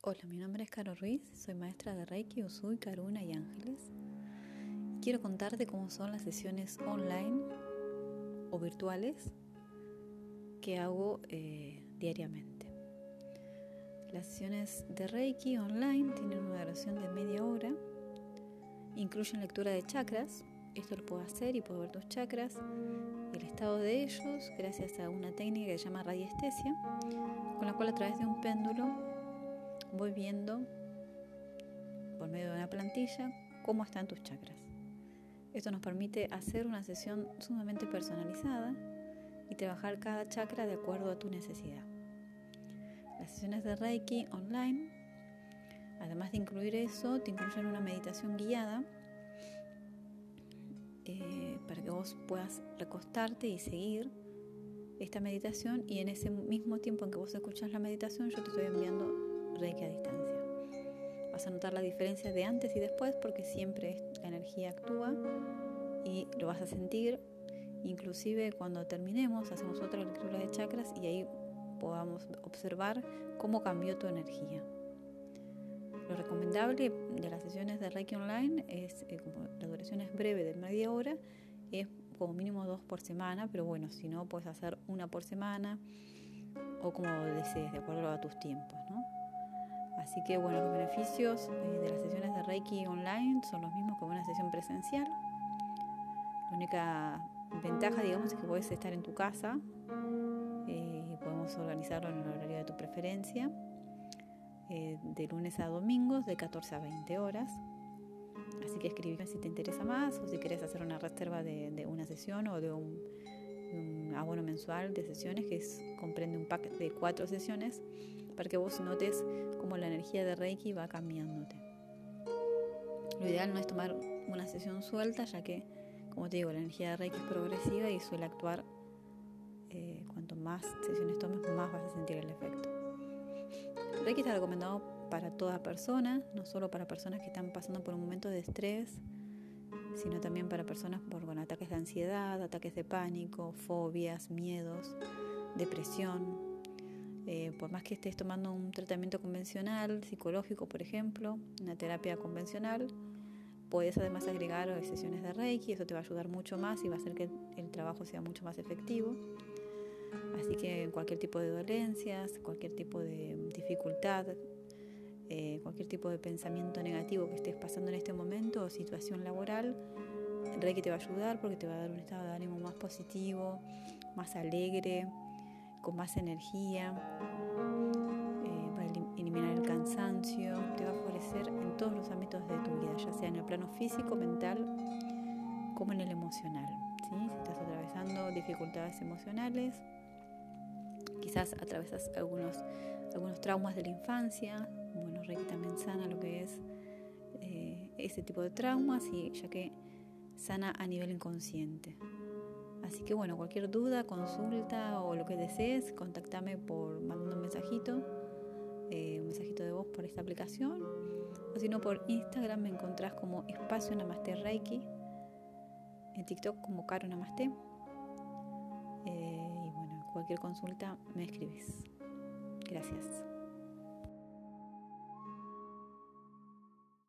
Hola, mi nombre es Caro Ruiz, soy maestra de Reiki, Usui, Karuna y Ángeles. Quiero contarte cómo son las sesiones online o virtuales que hago diariamente. Las sesiones de Reiki online tienen una duración de media hora, incluyen lectura de chakras. Esto lo puedo hacer y puedo ver tus chakras, el estado de ellos, gracias a una técnica que se llama radiestesia, con la cual a través de un péndulo voy viendo por medio de una plantilla cómo están tus chakras. Esto nos permite hacer una sesión sumamente personalizada y trabajar cada chakra de acuerdo a tu necesidad. Las sesiones de Reiki online, además de incluir eso, te incluyen una meditación guiada para que vos puedas recostarte y seguir esta meditación, y en ese mismo tiempo en que vos escuchás la meditación, yo te estoy enviando Reiki a distancia. Vas a notar la diferencia de antes y después, porque siempre la energía actúa y lo vas a sentir. Inclusive cuando terminemos hacemos otra lectura de chakras y ahí podamos observar cómo cambió tu energía. Lo recomendable de las sesiones de Reiki online es, como la duración es breve, de media hora, es como mínimo 2 por semana, pero bueno, si no, puedes hacer una por semana o como desees, de acuerdo a tus tiempos, ¿no? Así que bueno, los beneficios de las sesiones de Reiki online son los mismos que una sesión presencial. La única ventaja, digamos, es que puedes estar en tu casa y podemos organizarlo en el horario de tu preferencia, de lunes a domingos de 14 a 20 horas. Así que escribime si te interesa más o si querés hacer una reserva de una sesión o de un abono mensual de sesiones que comprende un pack de 4 sesiones para que vos notes cómo la energía de Reiki va cambiándote. Lo ideal no es tomar una sesión suelta, ya que, como te digo, la energía de Reiki es progresiva y suele actuar, cuanto más sesiones tomes, más vas a sentir el efecto. Reiki está recomendado para toda persona, no solo para personas que están pasando por un momento de estrés, sino también para personas con ataques de ansiedad, ataques de pánico, fobias, miedos, depresión. Por más que estés tomando un tratamiento convencional, psicológico, por ejemplo, una terapia convencional, puedes además agregar sesiones de Reiki. Eso te va a ayudar mucho más y va a hacer que el trabajo sea mucho más efectivo. Así que cualquier tipo de dolencias, cualquier tipo de dificultad, cualquier tipo de pensamiento negativo que estés pasando en este momento o situación laboral, Reiki te va a ayudar porque te va a dar un estado de ánimo más positivo, más alegre, con más energía, va a eliminar el cansancio, te va a favorecer en todos los ámbitos de tu vida, ya sea en el plano físico, mental, como en el emocional, ¿sí? Si estás atravesando dificultades emocionales, quizás atravesas algunos traumas de la infancia, bueno, Reiki también sana lo que es ese tipo de traumas, y ya que sana a nivel inconsciente. Así que bueno, cualquier duda, consulta o lo que desees, contactame mandando un mensajito de voz por esta aplicación, o si no por Instagram me encontrás como Espacio Namaste Reiki, en TikTok como Caro Namaste, y bueno, cualquier consulta me escribes. Gracias.